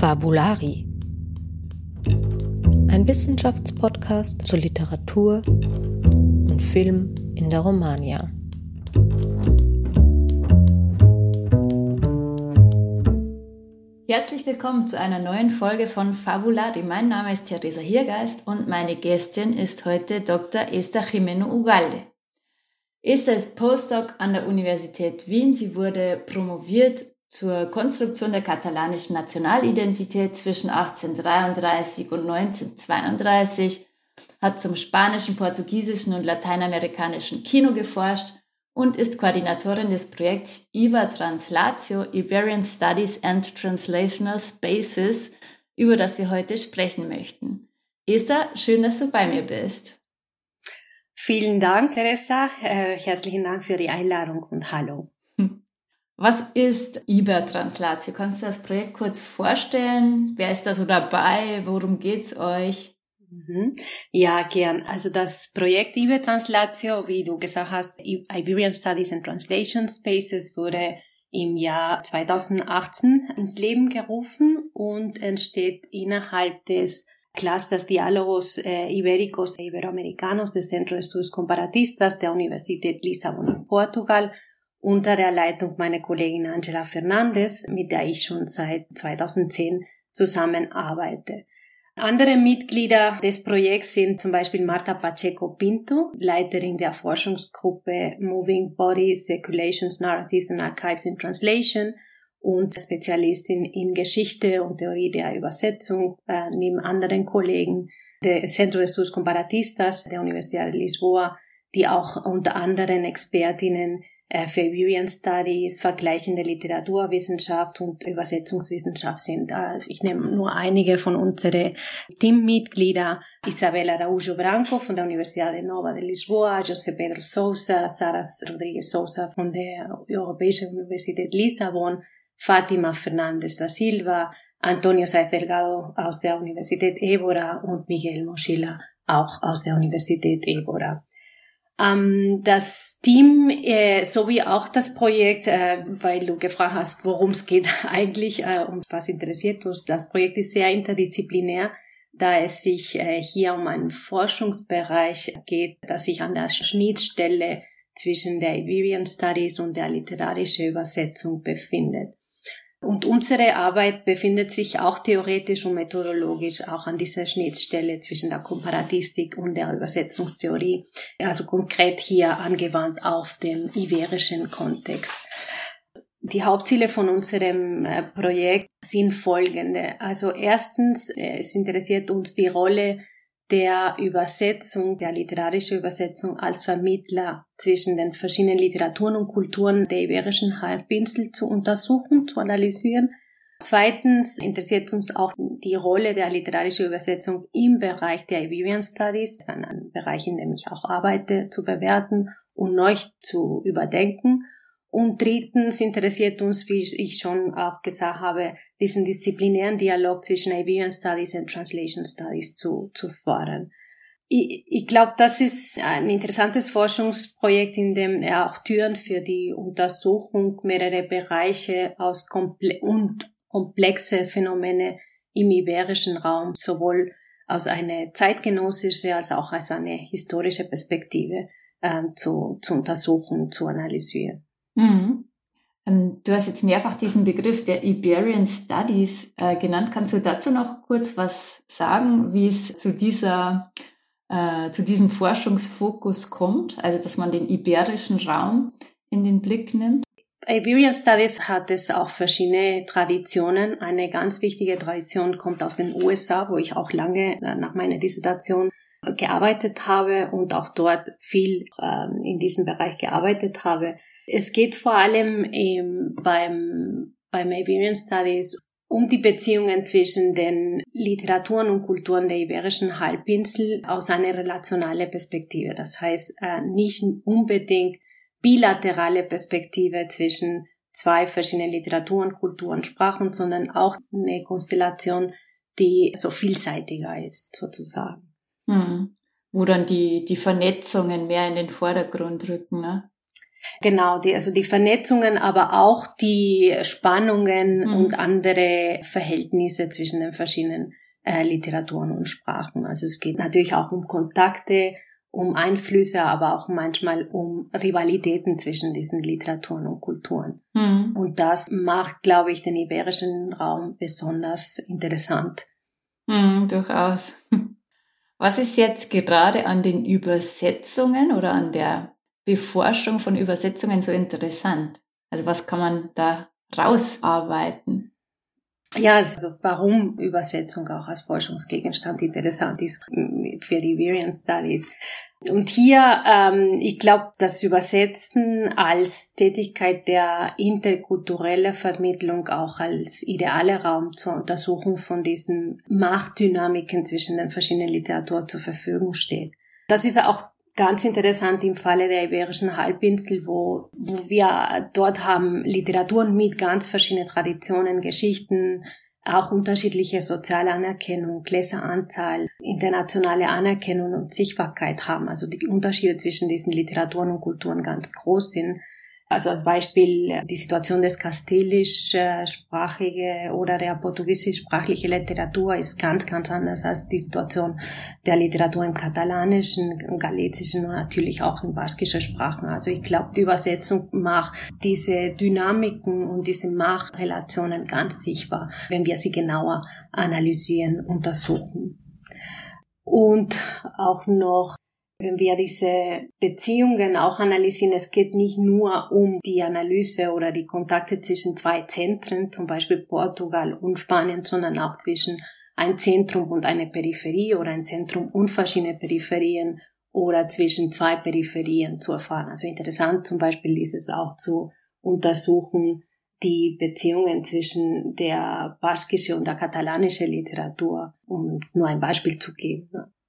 Fabulari. Ein Wissenschaftspodcast zur Literatur und Film in der Romagna. Herzlich willkommen zu einer neuen Folge von Fabulari. Mein Name ist Teresa Hiergeist und meine Gästin ist heute Dr. Esther Gimeno Ugalde. Esther ist Postdoc an der Universität Wien. Sie wurde promoviert zur Konstruktion der katalanischen Nationalidentität zwischen 1833 und 1932, hat zum spanischen, portugiesischen und lateinamerikanischen Kino geforscht und ist Koordinatorin des Projekts IVA Translatio, Iberian Studies and Translational Spaces, über das wir heute sprechen möchten. Esther, schön, dass du bei mir bist. Vielen Dank, Teresa. Herzlichen Dank für die Einladung und hallo. Was ist IVA Translatio? Kannst du das Projekt kurz vorstellen? Wer ist da so dabei? Worum geht's euch? Ja, gern. Also das Projekt IVA Translatio, wie du gesagt hast, Iberian Studies and Translation Spaces, wurde im Jahr 2018 ins Leben gerufen und entsteht innerhalb des Clusters Diálogos Ibéricos e Iberoamericanos des Centro de Estudios Comparatistas der Universität Lissabon in Portugal unter der Leitung meiner Kollegin Angela Fernandez, mit der ich schon seit 2010 zusammenarbeite. Andere Mitglieder des Projekts sind zum Beispiel Marta Pacheco Pinto, Leiterin der Forschungsgruppe Moving Bodies, Circulations, Narratives and Archives in Translation und Spezialistin in Geschichte und Theorie der Übersetzung, neben anderen Kollegen des Centro de Estudios Comparatistas der Universidad de Lisboa, die auch unter anderem Expertinnen für Iberian Studies, vergleichende Literaturwissenschaft und Übersetzungswissenschaft sind. Ich nehme nur einige von unseren Teammitglieder: Isabel Araújo Branco von der Universidad de Nova de Lisboa, José Pedro Sousa, Sara Rodríguez Sousa von der Europäischen Universität Lissabon, Fátima Fernández da Silva, Antonio Sáez Delgado aus der Universität Évora und Miguel Mochila auch aus der Universität Évora. Das Team sowie auch das Projekt, weil du gefragt hast, worum es geht eigentlich und was interessiert uns. Das Projekt ist sehr interdisziplinär, da es sich hier um einen Forschungsbereich geht, das sich an der Schnittstelle zwischen der Iberian Studies und der literarischen Übersetzung befindet. Und unsere Arbeit befindet sich auch theoretisch und methodologisch auch an dieser Schnittstelle zwischen der Komparatistik und der Übersetzungstheorie, also konkret hier angewandt auf den iberischen Kontext. Die Hauptziele von unserem Projekt sind folgende. Also erstens, es interessiert uns die Rolle der Übersetzung, der literarischen Übersetzung als Vermittler zwischen den verschiedenen Literaturen und Kulturen der iberischen Halbinsel zu untersuchen, zu analysieren. Zweitens interessiert uns auch die Rolle der literarischen Übersetzung im Bereich der Iberian Studies, ein Bereich, in dem ich auch arbeite, zu bewerten und neu zu überdenken. Und drittens interessiert uns, wie ich schon auch gesagt habe, diesen disziplinären Dialog zwischen Iberian Studies und Translation Studies zu fördern. Ich glaube, das ist ein interessantes Forschungsprojekt, in dem er auch Türen für die Untersuchung mehrerer Bereiche aus komplexe Phänomene im iberischen Raum, sowohl aus einer zeitgenössischen als auch aus einer historischen Perspektive zu untersuchen, zu analysieren. Mhm. Du hast jetzt mehrfach diesen Begriff der Iberian Studies genannt. Kannst du dazu noch kurz was sagen, wie es zu diesem Forschungsfokus kommt, also dass man den iberischen Raum in den Blick nimmt? Iberian Studies hat es auch verschiedene Traditionen. Eine ganz wichtige Tradition kommt aus den USA, wo ich auch lange nach meiner Dissertation gearbeitet habe und auch dort viel in diesem Bereich gearbeitet habe. Es geht vor allem beim Iberian Studies um die Beziehungen zwischen den Literaturen und Kulturen der iberischen Halbinsel aus einer relationalen Perspektive. Das heißt, nicht unbedingt bilaterale Perspektive zwischen zwei verschiedenen Literaturen, Kulturen, Sprachen, sondern auch eine Konstellation, die so vielseitiger ist, sozusagen. Wo dann die Vernetzungen mehr in den Vordergrund rücken, ne? Genau, die Vernetzungen, aber auch die Spannungen und andere Verhältnisse zwischen den verschiedenen Literaturen und Sprachen. Also es geht natürlich auch um Kontakte, um Einflüsse, aber auch manchmal um Rivalitäten zwischen diesen Literaturen und Kulturen. Und das macht, glaube ich, den iberischen Raum besonders interessant. Durchaus. Was ist jetzt gerade an den Übersetzungen oder an der Beforschung von Übersetzungen so interessant? Also was kann man da rausarbeiten? Ja, also warum Übersetzung auch als Forschungsgegenstand interessant ist für die Iberian Studies. Und hier, ich glaube, das Übersetzen als Tätigkeit der interkulturellen Vermittlung auch als idealer Raum zur Untersuchung von diesen Machtdynamiken zwischen den verschiedenen Literaturen zur Verfügung steht. Das ist auch ganz interessant im Falle der Iberischen Halbinsel, wo wir dort haben Literaturen mit ganz verschiedenen Traditionen, Geschichten, auch unterschiedliche soziale Anerkennung, Leseranzahl, internationale Anerkennung und Sichtbarkeit haben. Also die Unterschiede zwischen diesen Literaturen und Kulturen ganz groß sind. Also als Beispiel die Situation des kastilischsprachige oder der portugiesischsprachliche Literatur ist ganz, ganz anders als die Situation der Literatur im katalanischen, im galizischen und natürlich auch in baskischen Sprachen. Also ich glaube, die Übersetzung macht diese Dynamiken und diese Machtrelationen ganz sichtbar, wenn wir sie genauer analysieren, untersuchen. Und auch noch, wenn wir diese Beziehungen auch analysieren, es geht nicht nur um die Analyse oder die Kontakte zwischen zwei Zentren, zum Beispiel Portugal und Spanien, sondern auch zwischen ein Zentrum und eine Peripherie oder ein Zentrum und verschiedene Peripherien oder zwischen zwei Peripherien zu erfahren. Also interessant zum Beispiel ist es auch zu untersuchen, die Beziehungen zwischen der baskischen und der katalanischen Literatur, um nur ein Beispiel zu geben.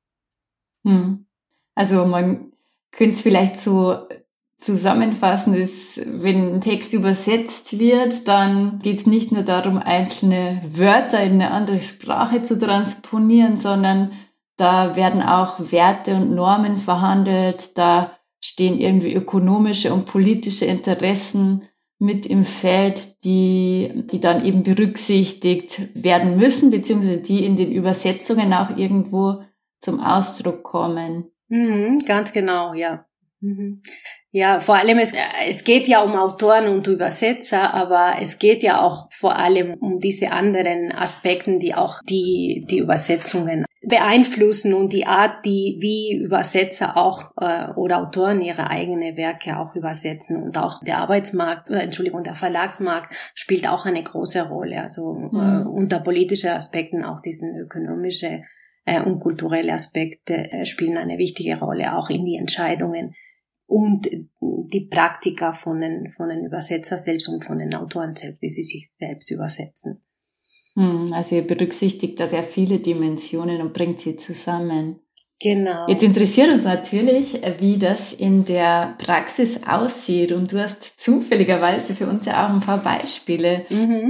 Also man könnte es vielleicht so zusammenfassen, dass wenn ein Text übersetzt wird, dann geht es nicht nur darum, einzelne Wörter in eine andere Sprache zu transponieren, sondern da werden auch Werte und Normen verhandelt, da stehen irgendwie ökonomische und politische Interessen mit im Feld, die dann eben berücksichtigt werden müssen, beziehungsweise die in den Übersetzungen auch irgendwo zum Ausdruck kommen. Ganz genau, ja. Ja, vor allem, es geht ja um Autoren und Übersetzer, aber es geht ja auch vor allem um diese anderen Aspekte, die auch die Übersetzungen beeinflussen und die Art, wie Übersetzer auch oder Autoren ihre eigenen Werke auch übersetzen. Und auch der der Verlagsmarkt spielt auch eine große Rolle. Also unter politischen Aspekten auch diesen ökonomische und kulturelle Aspekte spielen eine wichtige Rolle, auch in die Entscheidungen und die Praktika von den Übersetzern selbst und von den Autoren selbst, wie sie sich selbst übersetzen. Also ihr berücksichtigt da sehr viele Dimensionen und bringt sie zusammen. Genau. Jetzt interessiert uns natürlich, wie das in der Praxis aussieht, und du hast zufälligerweise für uns ja auch ein paar Beispiele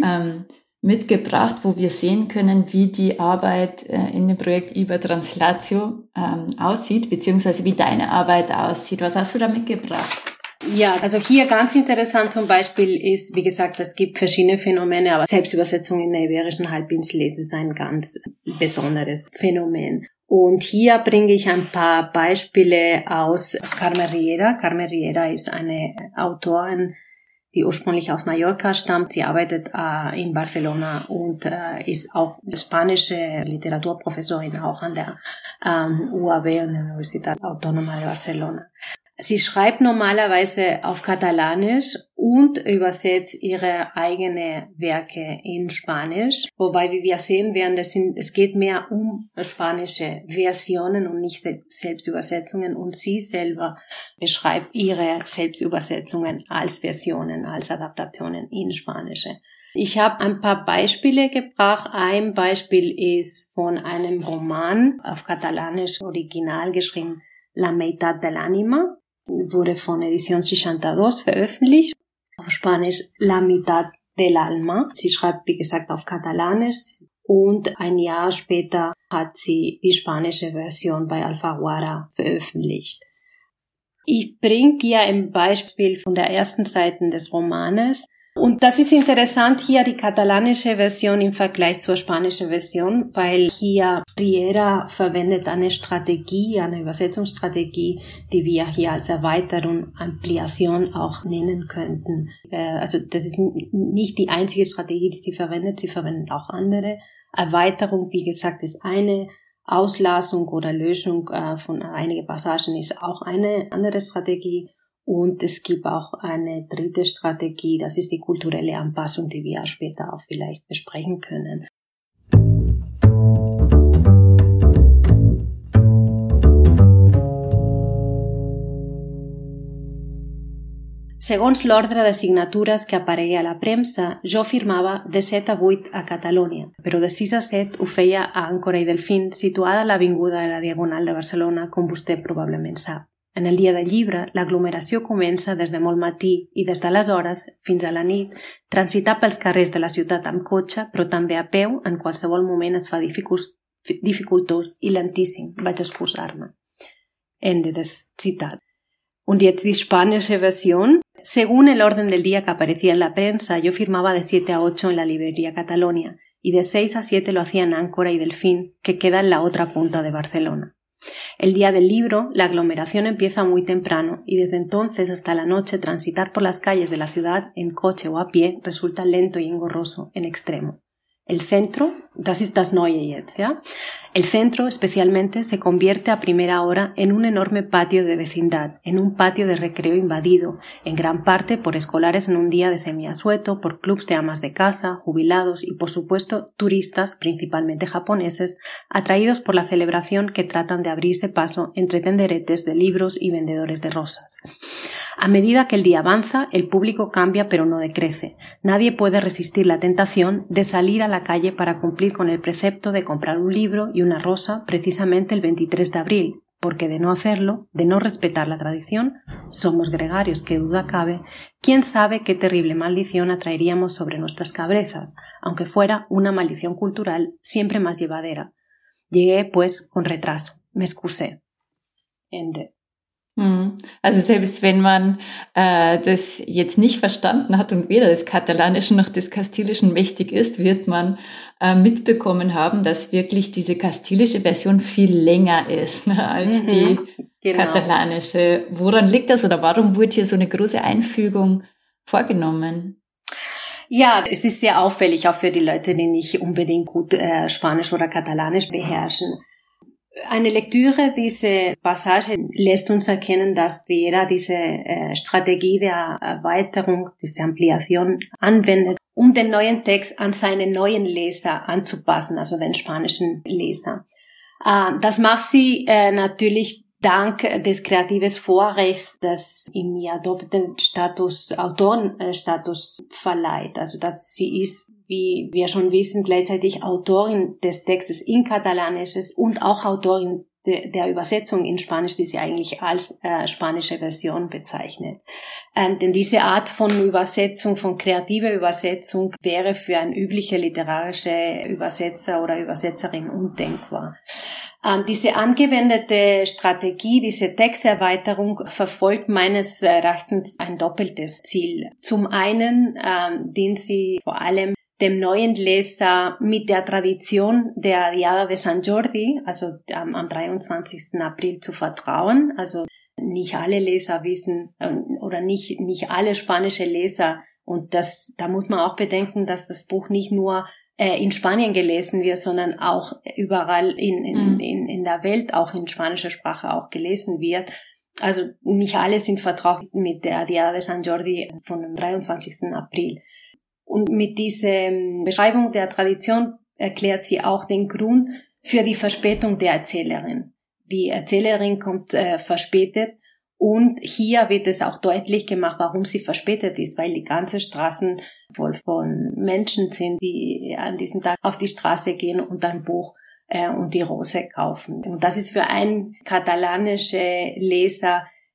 mitgebracht, wo wir sehen können, wie die Arbeit in dem Projekt Ibertranslatio aussieht, beziehungsweise wie deine Arbeit aussieht. Was hast du da mitgebracht? Ja, also hier ganz interessant zum Beispiel ist, wie gesagt, es gibt verschiedene Phänomene, aber Selbstübersetzung in der Iberischen Halbinsel ist ein ganz besonderes Phänomen. Und hier bringe ich ein paar Beispiele aus Carmen Riera. Carmen Riera ist eine Autorin, die ursprünglich aus Mallorca stammt. Sie arbeitet in Barcelona und ist auch spanische Literaturprofessorin, auch an der UAB, an der Universitat Autónoma de Barcelona. Sie schreibt normalerweise auf Katalanisch und übersetzt ihre eigenen Werke in Spanisch, wobei, wie wir sehen werden, es geht mehr um spanische Versionen und nicht Selbstübersetzungen, und sie selber beschreibt ihre Selbstübersetzungen als Versionen, als Adaptationen in Spanische. Ich habe ein paar Beispiele gebracht. Ein Beispiel ist von einem Roman auf Katalanisch original geschrieben, La Meitat del Ánima, wurde von Edición 62 veröffentlicht. Auf Spanisch La Mitad del Alma. Sie schreibt, wie gesagt, auf Katalanisch, und ein Jahr später hat sie die spanische Version bei Alfaguara veröffentlicht. Ich bringe hier ein Beispiel von der ersten Seite des Romanes. Und das ist interessant hier, die katalanische Version im Vergleich zur spanischen Version, weil hier Riera verwendet eine Strategie, eine Übersetzungsstrategie, die wir hier als Erweiterung, Ampliation auch nennen könnten. Also das ist nicht die einzige Strategie, die sie verwendet auch andere. Erweiterung, wie gesagt, ist eine, Auslassung oder Löschung von einigen Passagen ist auch eine andere Strategie. Und es gibt auch eine dritte Strategie, das ist die kulturelle Anpassung, die wir später auch vielleicht besprechen können. Segons l'ordre de signatures que aparegué a la premsa, jo firmava de 7 a 8 a Catalunya, però de 6 a 7 ho feia a Àncora i Delfín, situada a l'avinguda de la Diagonal de Barcelona, com vostè probablement sap. En el dia del llibre, l'aglomeració comença des de molt matí i des d'aleshores fins a la nit transitar pels carrers de la ciutat amb cotxe, però també a peu, en qualsevol moment es fa dificultós i lentíssim. Vaig excusar-me. Ende des citat. Und jetzt die spanische Versión. Según el orden del día que aparecía en la prensa, yo firmaba de 7 a 8 en la librería Catalonia y de 6 a 7 lo hacía en Àncora y Delfín, que queda en la otra punta de Barcelona. El día del libro, la aglomeración empieza muy temprano y desde entonces hasta la noche transitar por las calles de la ciudad en coche o a pie resulta lento y engorroso en extremo. El centro, das ist das Neue jetzt, ¿ya? El centro especialmente se convierte a primera hora en un enorme patio de vecindad, en un patio de recreo invadido, en gran parte por escolares en un día de semiasueto, por clubs de amas de casa, jubilados y por supuesto turistas, principalmente japoneses, atraídos por la celebración que tratan de abrirse paso entre tenderetes de libros y vendedores de rosas. A medida que el día avanza, el público cambia pero no decrece. Nadie puede resistir la tentación de salir a la calle para cumplir con el precepto de comprar un libro y una rosa precisamente el 23 de abril, porque de no hacerlo, de no respetar la tradición, somos gregarios, qué duda cabe, quién sabe qué terrible maldición atraeríamos sobre nuestras cabezas, aunque fuera una maldición cultural siempre más llevadera. Llegué, pues, con retraso. Me excusé. Ende. Also selbst wenn man das jetzt nicht verstanden hat und weder des Katalanischen noch des Kastilischen mächtig ist, wird man mitbekommen haben, dass wirklich diese kastilische Version viel länger ist, ne, als die katalanische. Woran liegt das oder warum wurde hier so eine große Einfügung vorgenommen? Ja, es ist sehr auffällig, auch für die Leute, die nicht unbedingt gut Spanisch oder Katalanisch beherrschen. Eine Lektüre dieser Passage lässt uns erkennen, dass Riera diese Strategie der Erweiterung, diese Ampliation anwendet, um den neuen Text an seinen neuen Leser anzupassen, also den spanischen Leser. Das macht sie natürlich dank des kreativen Vorrechts, das ihm ja doppelten Autorenstatus verleiht. Also dass sie ist, wie wir schon wissen, gleichzeitig Autorin des Textes in Katalanisches und auch Autorin der Übersetzung in Spanisch, die sie eigentlich als spanische Version bezeichnet. Denn diese Art von Übersetzung, von kreativer Übersetzung, wäre für ein üblicher literarischer Übersetzer oder Übersetzerin undenkbar. Diese angewendete Strategie, diese Texterweiterung verfolgt meines Erachtens ein doppeltes Ziel. Zum einen dient sie vor allem dem neuen Leser mit der Tradition der Diada de San Jordi, also am 23. April zu vertrauen. Also nicht alle Leser wissen oder nicht alle spanische Leser, und da muss man auch bedenken, dass das Buch nicht nur in Spanien gelesen wird, sondern auch überall in der Welt, auch in spanischer Sprache auch gelesen wird. Also nicht alle sind vertraut mit der Diada de San Jordi vom 23. April. Und mit dieser Beschreibung der Tradition erklärt sie auch den Grund für die Verspätung der Erzählerin. Die Erzählerin kommt verspätet, und hier wird es auch deutlich gemacht, warum sie verspätet ist, weil die ganzen Straßen voll von Menschen sind, die an diesem Tag auf die Straße gehen und ein Buch und die Rose kaufen. Und das ist für einen katalanischen Leser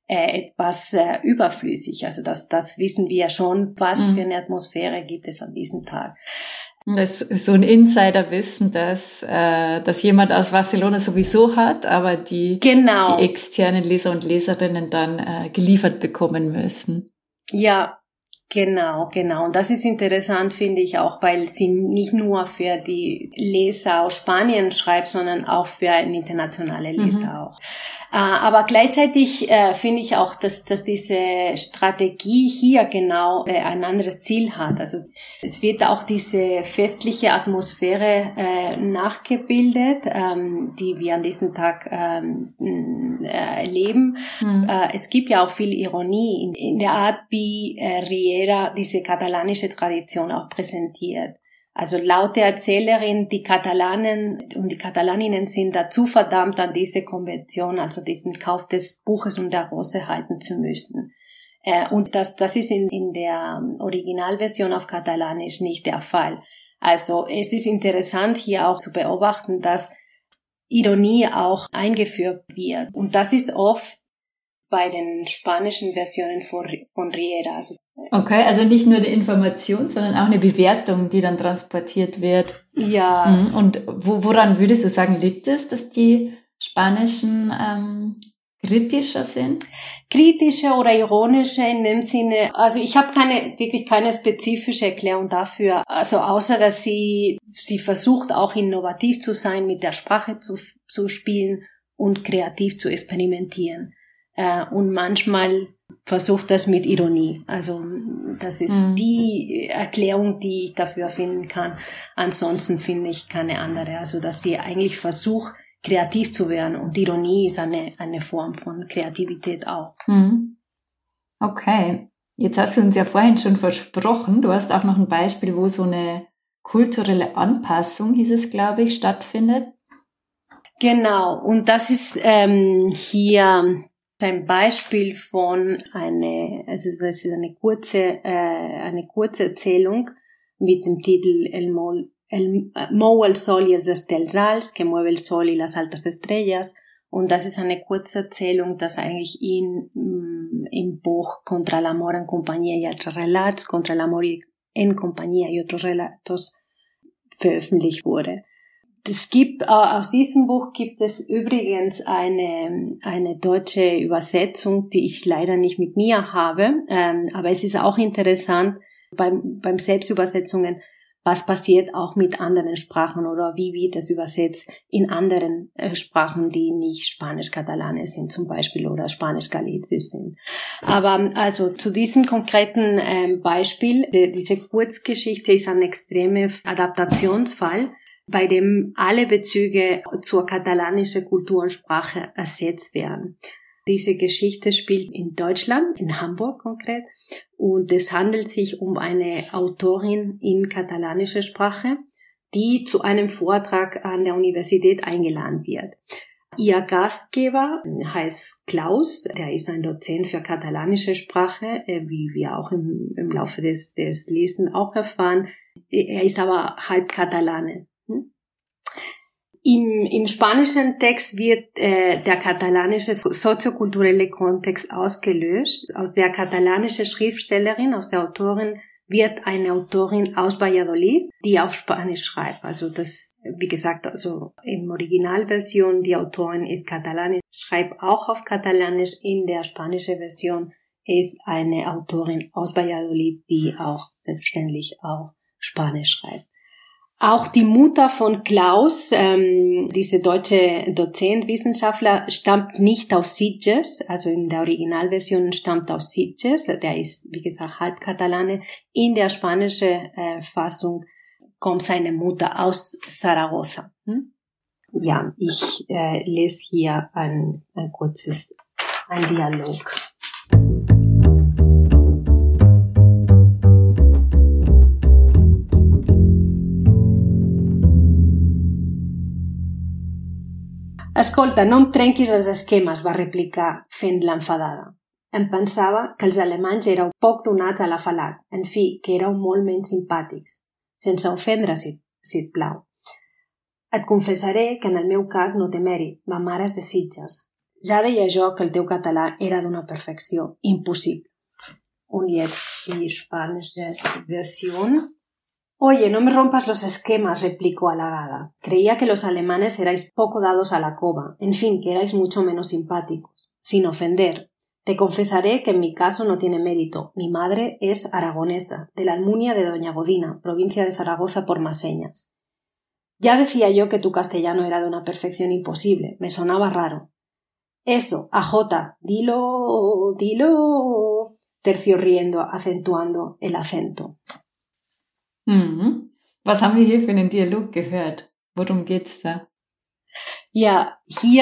etwas überflüssig. Also das wissen wir schon, was für eine Atmosphäre gibt es an diesem Tag. Das ist so ein Insiderwissen, dass jemand aus Barcelona sowieso hat, aber die externen Leser und Leserinnen dann geliefert bekommen müssen. Ja, genau. Und das ist interessant, finde ich auch, weil sie nicht nur für die Leser aus Spanien schreibt, sondern auch für einen internationalen Leser auch. Aber gleichzeitig finde ich auch, dass diese Strategie hier genau ein anderes Ziel hat. Also es wird auch diese festliche Atmosphäre nachgebildet, die wir an diesem Tag erleben. Es gibt ja auch viel Ironie in der Art, wie Riera diese katalanische Tradition auch präsentiert. Also laut der Erzählerin, die Katalanen und die Katalaninnen sind dazu verdammt, an diese Konvention, also diesen Kauf des Buches und der Rose halten zu müssen. Und das ist in der Originalversion auf Katalanisch nicht der Fall. Also es ist interessant hier auch zu beobachten, dass Ironie auch eingeführt wird. Und das ist oft bei den spanischen Versionen von Riera. Okay, also nicht nur die Information, sondern auch eine Bewertung, die dann transportiert wird. Ja. Und woran würdest du sagen, liegt es, dass die spanischen kritischer sind? Kritischer oder ironischer in dem Sinne, also ich habe wirklich keine spezifische Erklärung dafür, also außer, dass sie versucht auch innovativ zu sein, mit der Sprache zu spielen und kreativ zu experimentieren. Und manchmal versucht das mit Ironie. Also das ist die Erklärung, die ich dafür finden kann. Ansonsten finde ich keine andere. Also dass sie eigentlich versucht, kreativ zu werden. Und Ironie ist eine Form von Kreativität auch. Okay. Jetzt hast du uns ja vorhin schon versprochen, du hast auch noch ein Beispiel, wo so eine kulturelle Anpassung, hieß es, glaube ich, stattfindet. Genau. Und das ist hier ein Beispiel von also das ist eine kurze Erzählung mit dem Titel Mou el sol y els estels alts, que mueve el sol y las altas estrellas. Und das ist eine kurze Erzählung, das eigentlich im Buch Contra el amor en compañía y altres relats, Contra el amor en compañía y otros relatos veröffentlicht wurde. Aus diesem Buch gibt es übrigens eine deutsche Übersetzung, die ich leider nicht mit mir habe, aber es ist auch interessant beim Selbstübersetzungen, was passiert auch mit anderen Sprachen oder wie wird das übersetzt in anderen Sprachen, die nicht Spanisch-Katalanisch sind zum Beispiel oder Spanisch-Galicisch sind. Aber also zu diesem konkreten Beispiel, diese Kurzgeschichte ist ein extremer Adaptationsfall, bei dem alle Bezüge zur katalanischen Kultur und Sprache ersetzt werden. Diese Geschichte spielt in Deutschland, in Hamburg konkret, und es handelt sich um eine Autorin in katalanischer Sprache, die zu einem Vortrag an der Universität eingeladen wird. Ihr Gastgeber heißt Klaus, der ist ein Dozent für katalanische Sprache, wie wir auch im Laufe des Lesens auch erfahren. Er ist aber halb Katalane. Im spanischen Text wird der katalanische soziokulturelle Kontext ausgelöst. Aus der katalanischen Schriftstellerin, aus der Autorin, wird eine Autorin aus Valladolid, die auf Spanisch schreibt. Also das, wie gesagt, also im Originalversion, die Autorin ist Katalanisch, schreibt auch auf Katalanisch. In der spanischen Version ist eine Autorin aus Valladolid, die auch selbstverständlich auch Spanisch schreibt. Auch die Mutter von Klaus, diese deutsche Dozent, Wissenschaftler, stammt nicht aus Sitges, also in der Originalversion stammt aus Sitges, der ist, wie gesagt, halb Katalane. In der spanischen Fassung kommt seine Mutter aus Zaragoza. Ja, ich lese hier ein Dialog. Escolta, no em trenquis els esquemes, va replicar fent-la enfadada. Em pensava que els alemanys éreu poc donats a l'afalac, en fi, que éreu molt menys simpàtics. Sense ofendre, si et plau. Et confessaré que en el meu cas no té mèrit, ma mare és de Sitges. ja deia jo que el teu català era d'una perfecció impossible. Und jetzt die spanische Version. Oye, no me rompas los esquemas, replicó halagada. Creía que los alemanes erais poco dados a la coba, en fin, que erais mucho menos simpáticos. Sin ofender, te confesaré que en mi caso no tiene mérito. Mi madre es aragonesa, de la Almunia de Doña Godina, provincia de Zaragoza por Maseñas. Ya decía yo que tu castellano era de una perfección imposible, me sonaba raro. Eso, AJ, dilo, terció riendo, acentuando el acento. Mhm. Was haben wir hier für einen Dialog gehört? Worum geht's da? Ja, hier,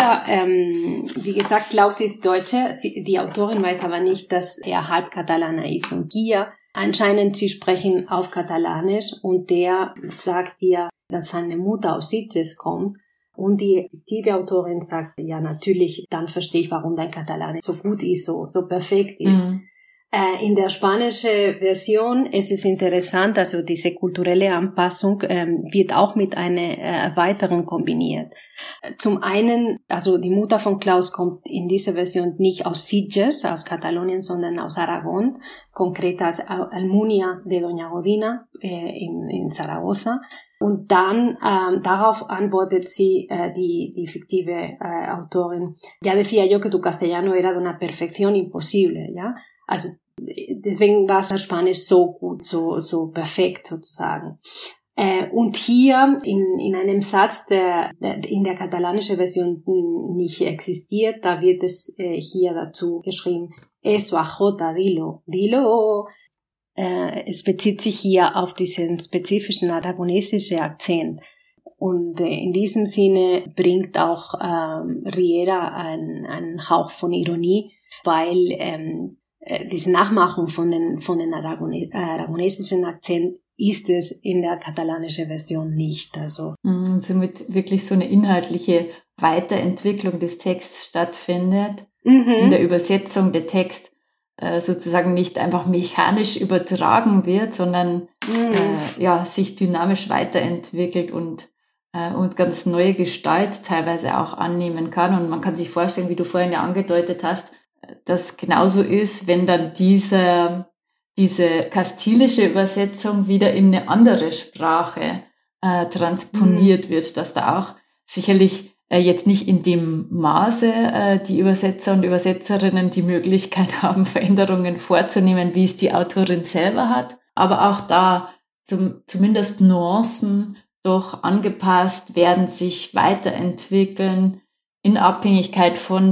wie gesagt, Klaus ist Deutsche, die Autorin weiß aber nicht, dass er halb Katalaner ist. Und hier, anscheinend, sie sprechen auf Katalanisch und der sagt ihr, dass seine Mutter aus Sitges kommt. Und die fiktive Autorin sagt, ja, natürlich, dann verstehe ich, warum dein Katalanisch so gut ist, so perfekt ist. Mhm. In der spanischen Version ist es interessant, also diese kulturelle Anpassung wird auch mit einer Erweiterung kombiniert. Zum einen, also die Mutter von Klaus kommt in dieser Version nicht aus Sitges, aus Katalonien, sondern aus Aragon, konkret aus Almunia de Doña Godina in Zaragoza. Und dann darauf antwortet sie, die fiktive Autorin, ya decía yo que tu castellano era de una perfección imposible, ja? Also deswegen war das Spanisch so gut, so perfekt sozusagen. Und hier in einem Satz, der in der katalanischen Version nicht existiert, da wird es hier dazu geschrieben, eso, AJ, dilo. Es bezieht sich hier auf diesen spezifischen aragonesischen Akzent. Und in diesem Sinne bringt auch Riera einen Hauch von Ironie, weil diese Nachmachung von den aragonesischen Akzent ist es in der katalanischen Version nicht. Also somit wirklich so eine inhaltliche Weiterentwicklung des Texts stattfindet. In der Übersetzung der Text sozusagen nicht einfach mechanisch übertragen wird, sondern sich dynamisch weiterentwickelt und ganz neue Gestalt teilweise auch annehmen kann. Und man kann sich vorstellen, wie du vorhin ja angedeutet hast, dass genauso ist, wenn dann diese kastilische Übersetzung wieder in eine andere Sprache transponiert wird, dass da auch sicherlich jetzt nicht in dem Maße die Übersetzer und Übersetzerinnen die Möglichkeit haben, Veränderungen vorzunehmen, wie es die Autorin selber hat, aber auch da zumindest Nuancen doch angepasst werden, sich weiterentwickeln in Abhängigkeit von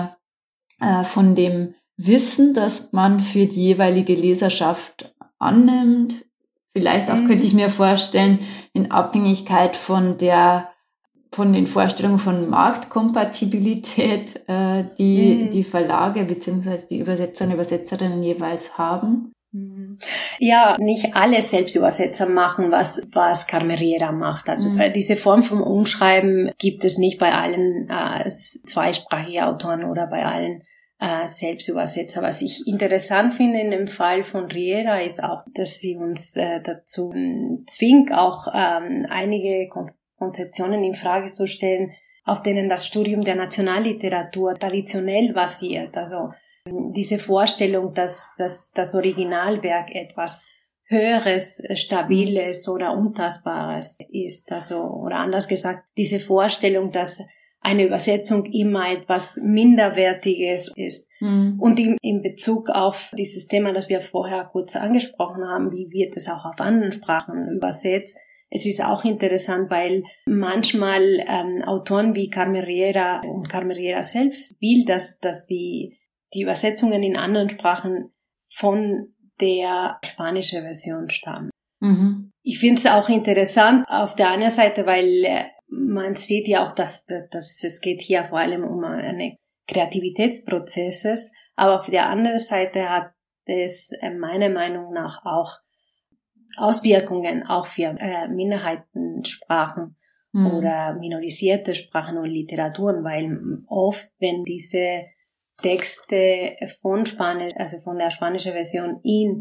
dem Wissen, das man für die jeweilige Leserschaft annimmt. Vielleicht auch könnte ich mir vorstellen, in Abhängigkeit von den Vorstellungen von Marktkompatibilität, die Verlage bzw. die Übersetzer und Übersetzerinnen jeweils haben. Ja, nicht alle Selbstübersetzer machen, was Carmen Riera macht. Also diese Form vom Umschreiben gibt es nicht bei allen zweisprachigen Autoren oder bei allen Selbstübersetzer. Was ich interessant finde in dem Fall von Riera ist auch, dass sie uns dazu zwingt, auch einige Konzeptionen in Frage zu stellen, auf denen das Studium der Nationalliteratur traditionell basiert. Also diese Vorstellung, dass das Originalwerk etwas Höheres, Stabiles oder Untastbares ist. Also, oder anders gesagt, diese Vorstellung, dass eine Übersetzung immer etwas Minderwertiges ist. Und in Bezug auf dieses Thema, das wir vorher kurz angesprochen haben, wie wird es auch auf anderen Sprachen übersetzt? Es ist auch interessant, weil manchmal Autoren wie Carmen Riera und Carmen Riera selbst will, dass die Übersetzungen in anderen Sprachen von der spanischen Version stammen. Ich finde es auch interessant auf der einen Seite, weil man sieht ja auch, dass es geht hier vor allem um eine Kreativitätsprozesses, aber auf der anderen Seite hat es meiner Meinung nach auch Auswirkungen auch für Minderheitensprachen oder minorisierte Sprachen und Literaturen, weil oft, wenn diese Texte von Spanisch, also von der spanischen Version in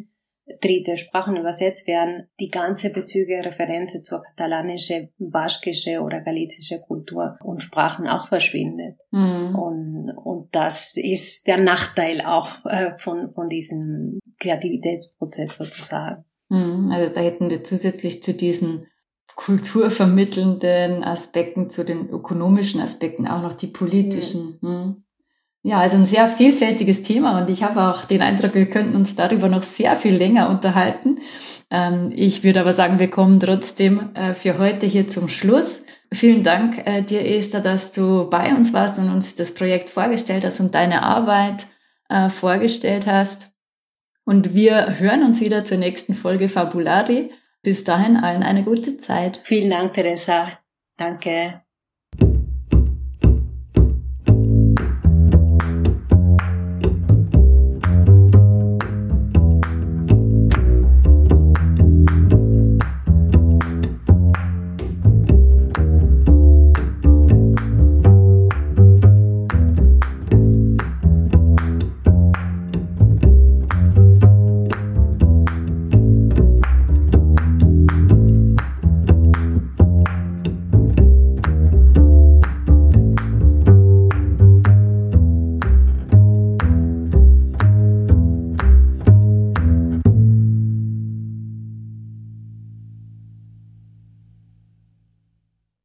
dritte Sprachen übersetzt werden, die ganze Bezüge, Referenzen zur katalanische, baskische oder galizische Kultur und Sprachen auch verschwindet. Und das ist der Nachteil auch von diesem Kreativitätsprozess sozusagen. Also da hätten wir zusätzlich zu diesen kulturvermittelnden Aspekten, zu den ökonomischen Aspekten auch noch die politischen. Ja, also ein sehr vielfältiges Thema und ich habe auch den Eindruck, wir könnten uns darüber noch sehr viel länger unterhalten. Ich würde aber sagen, wir kommen trotzdem für heute hier zum Schluss. Vielen Dank dir, Esther, dass du bei uns warst und uns das Projekt vorgestellt hast und deine Arbeit vorgestellt hast. Und wir hören uns wieder zur nächsten Folge Fabulari. Bis dahin allen eine gute Zeit. Vielen Dank, Teresa. Danke.